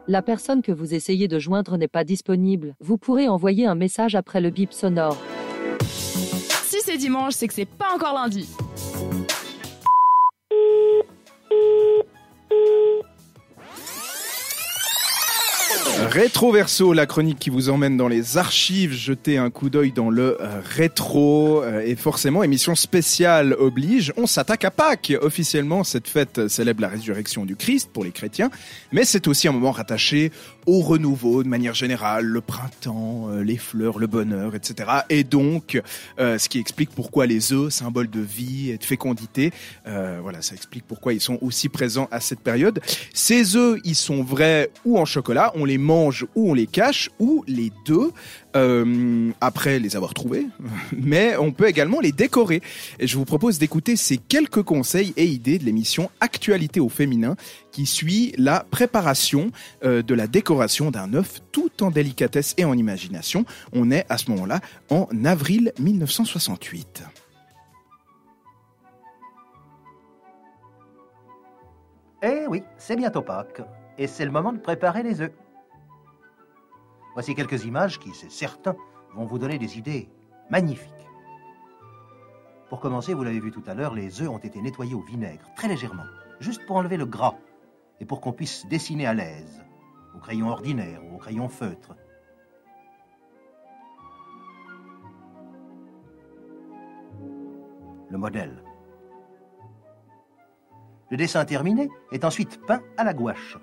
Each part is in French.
La personne que vous essayez de joindre n'est pas disponible. Vous pourrez envoyer un message après le bip sonore. Si c'est dimanche, c'est que c'est pas encore lundi. Rétro Verso, la chronique qui vous emmène dans les archives, jetez un coup d'œil dans le rétro et forcément émission spéciale oblige, on s'attaque à Pâques. Officiellement, cette fête célèbre la résurrection du Christ pour les chrétiens, mais c'est aussi un moment rattaché au renouveau de manière générale, le printemps, les fleurs, le bonheur, etc. Et donc, ce qui explique pourquoi les œufs, symbole de vie et de fécondité, voilà, ça explique pourquoi ils sont aussi présents à cette période. Ces œufs, ils sont vrais ou en chocolat, on les mange ou on les cache, ou les deux, après les avoir trouvés, mais on peut également les décorer. Et je vous propose d'écouter ces quelques conseils et idées de l'émission Actualité au féminin, qui suit la préparation de la décoration d'un œuf, tout en délicatesse et en imagination. On est à ce moment-là en avril 1968. Eh oui, c'est bientôt Pâques, et c'est le moment de préparer les œufs. Voici quelques images qui, c'est certain, vont vous donner des idées magnifiques. Pour commencer, vous l'avez vu tout à l'heure, les œufs ont été nettoyés au vinaigre, très légèrement, juste pour enlever le gras, et pour qu'on puisse dessiner à l'aise, au crayon ordinaire ou au crayon feutre. Le modèle. Le dessin terminé est ensuite peint à la gouache.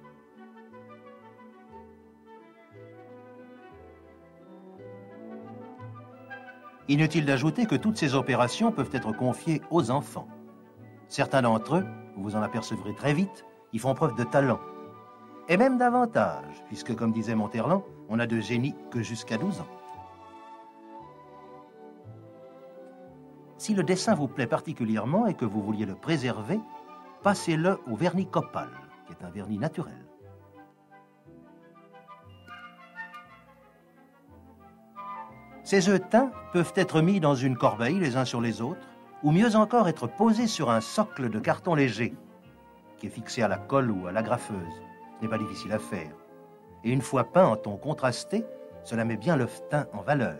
Inutile d'ajouter que toutes ces opérations peuvent être confiées aux enfants. Certains d'entre eux, vous en apercevrez très vite, ils font preuve de talent. Et même davantage, puisque, comme disait Monterland, on n'a de génie que jusqu'à 12 ans. Si le dessin vous plaît particulièrement et que vous vouliez le préserver, passez-le au vernis copal, qui est un vernis naturel. Ces œufs teints peuvent être mis dans une corbeille les uns sur les autres, ou mieux encore être posés sur un socle de carton léger, qui est fixé à la colle ou à l'agrafeuse. Ce n'est pas difficile à faire. Et une fois peint en ton contrasté, cela met bien l'œuf teint en valeur.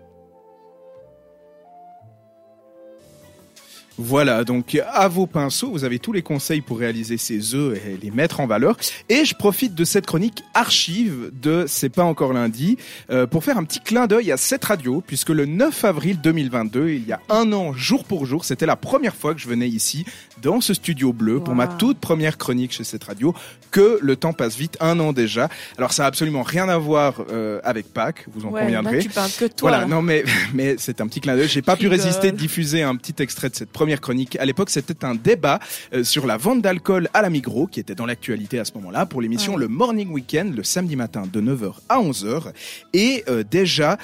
Voilà, donc à vos pinceaux, vous avez tous les conseils pour réaliser ces œufs et les mettre en valeur. Et je profite de cette chronique archive de C'est pas encore lundi pour faire un petit clin d'œil à cette radio, puisque le 9 avril 2022, il y a un an, jour pour jour, c'était la première fois que je venais ici, dans ce studio bleu, pour ma toute première chronique chez cette radio, que le temps passe vite, un an déjà. Alors ça a absolument rien à voir avec Pâques, vous en conviendrez. Là, tu parles que de toi. Voilà, non mais c'est un petit clin d'œil. J'ai pas pu résister de diffuser un petit extrait de cette première chronique. À l'époque, c'était un débat sur la vente d'alcool à la Migros, qui était dans l'actualité à ce moment-là, pour l'émission Le Morning Weekend, le samedi matin de 9h à 11h. Et déjà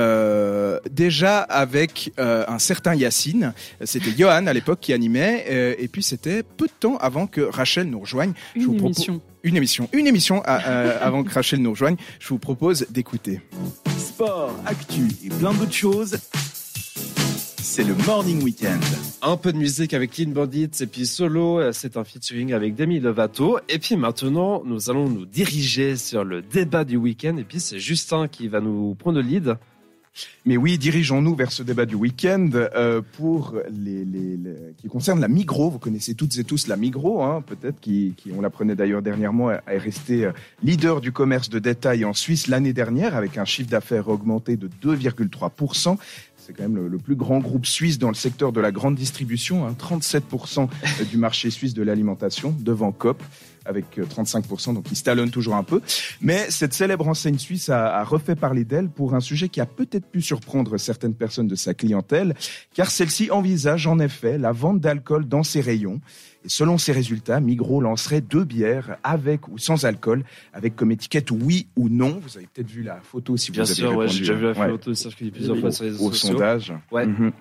avec un certain Yacine, c'était Johan à l'époque qui animait, et puis c'était peu de temps avant que Rachel nous rejoigne. Une émission avant que Rachel nous rejoigne. Je vous propose d'écouter. Sport, actu et plein d'autres choses. C'est le Morning Weekend. Un peu de musique avec Clean Bandits et puis solo, c'est un featuring avec Demi Lovato. Et puis maintenant, nous allons nous diriger sur le débat du week-end. Et puis c'est Justin qui va nous prendre le lead. Mais oui, dirigeons-nous vers ce débat du week-end pour qui concerne la Migros. Vous connaissez toutes et tous la Migros, hein, peut-être, qui on l'apprenait d'ailleurs dernièrement, est resté leader du commerce de détail en Suisse l'année dernière, avec un chiffre d'affaires augmenté de 2,3%. C'est quand même le plus grand groupe suisse dans le secteur de la grande distribution, hein, 37% du marché suisse de l'alimentation, devant Coop, avec 35%, donc il se talonne toujours un peu. Mais cette célèbre enseigne suisse a refait parler d'elle pour un sujet qui a peut-être pu surprendre certaines personnes de sa clientèle, car celle-ci envisage en effet la vente d'alcool dans ses rayons. Et selon ses résultats, Migros lancerait 2 bières avec ou sans alcool, avec comme étiquette oui ou non. Vous avez peut-être vu la photo si vous avez répondu. Bien sûr, j'ai déjà vu la photo circuler plusieurs fois sur les réseaux sociaux. Au sondage. Ouais.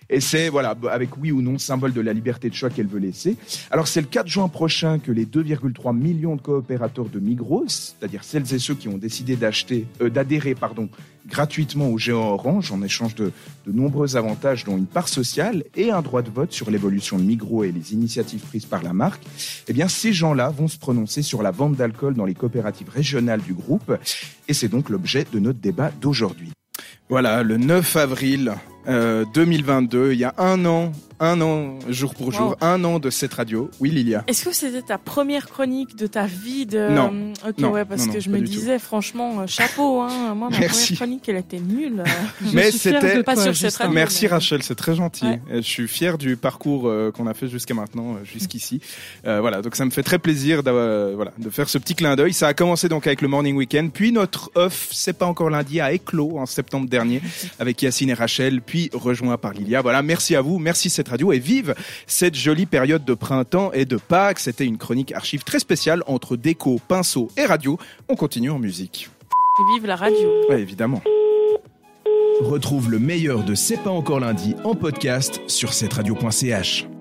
Et c'est, voilà, avec oui ou non, symbole de la liberté de choix qu'elle veut laisser. Alors, c'est le 4 juin prochain que les 2,3 millions de coopérateurs de Migros, c'est-à-dire celles et ceux qui ont décidé d'adhérer gratuitement au géant Orange en échange de nombreux avantages, dont une part sociale et un droit de vote sur l'évolution de Migros et les initiatives prises par la marque, eh bien, ces gens-là vont se prononcer sur la vente d'alcool dans les coopératives régionales du groupe. Et c'est donc l'objet de notre débat d'aujourd'hui. Voilà, le 9 avril 2022, il y a un an, jour pour jour, Wow. un an de cette radio. Oui, Lilia. Est-ce que c'était ta première chronique de ta vie de... Non. Ok, Non, ouais, parce non, que je pas me du tout. disais, franchement, chapeau, hein. Moi, ma Merci. première chronique, elle était nulle. Mais suis fière c'était de Pas toi, sur cette Justin. radio. Merci mais- Rachel, c'est très gentil. Ouais. Je suis fier du parcours qu'on a fait jusqu'à maintenant, jusqu'ici. Voilà, donc ça me fait très plaisir de faire ce petit clin d'œil. Ça a commencé donc avec le Morning Weekend, puis notre off, c'est pas encore lundi, a éclos en septembre dernier avec Yacine et Rachel, puis rejoint par Lilia. Voilà, merci à vous, merci cette radio et vive cette jolie période de printemps et de Pâques. C'était une chronique archive très spéciale entre déco, pinceau et radio. On continue en musique. Et vive la radio. Ouais, évidemment. Retrouve le meilleur de C'est pas encore lundi en podcast sur cetteradio.ch.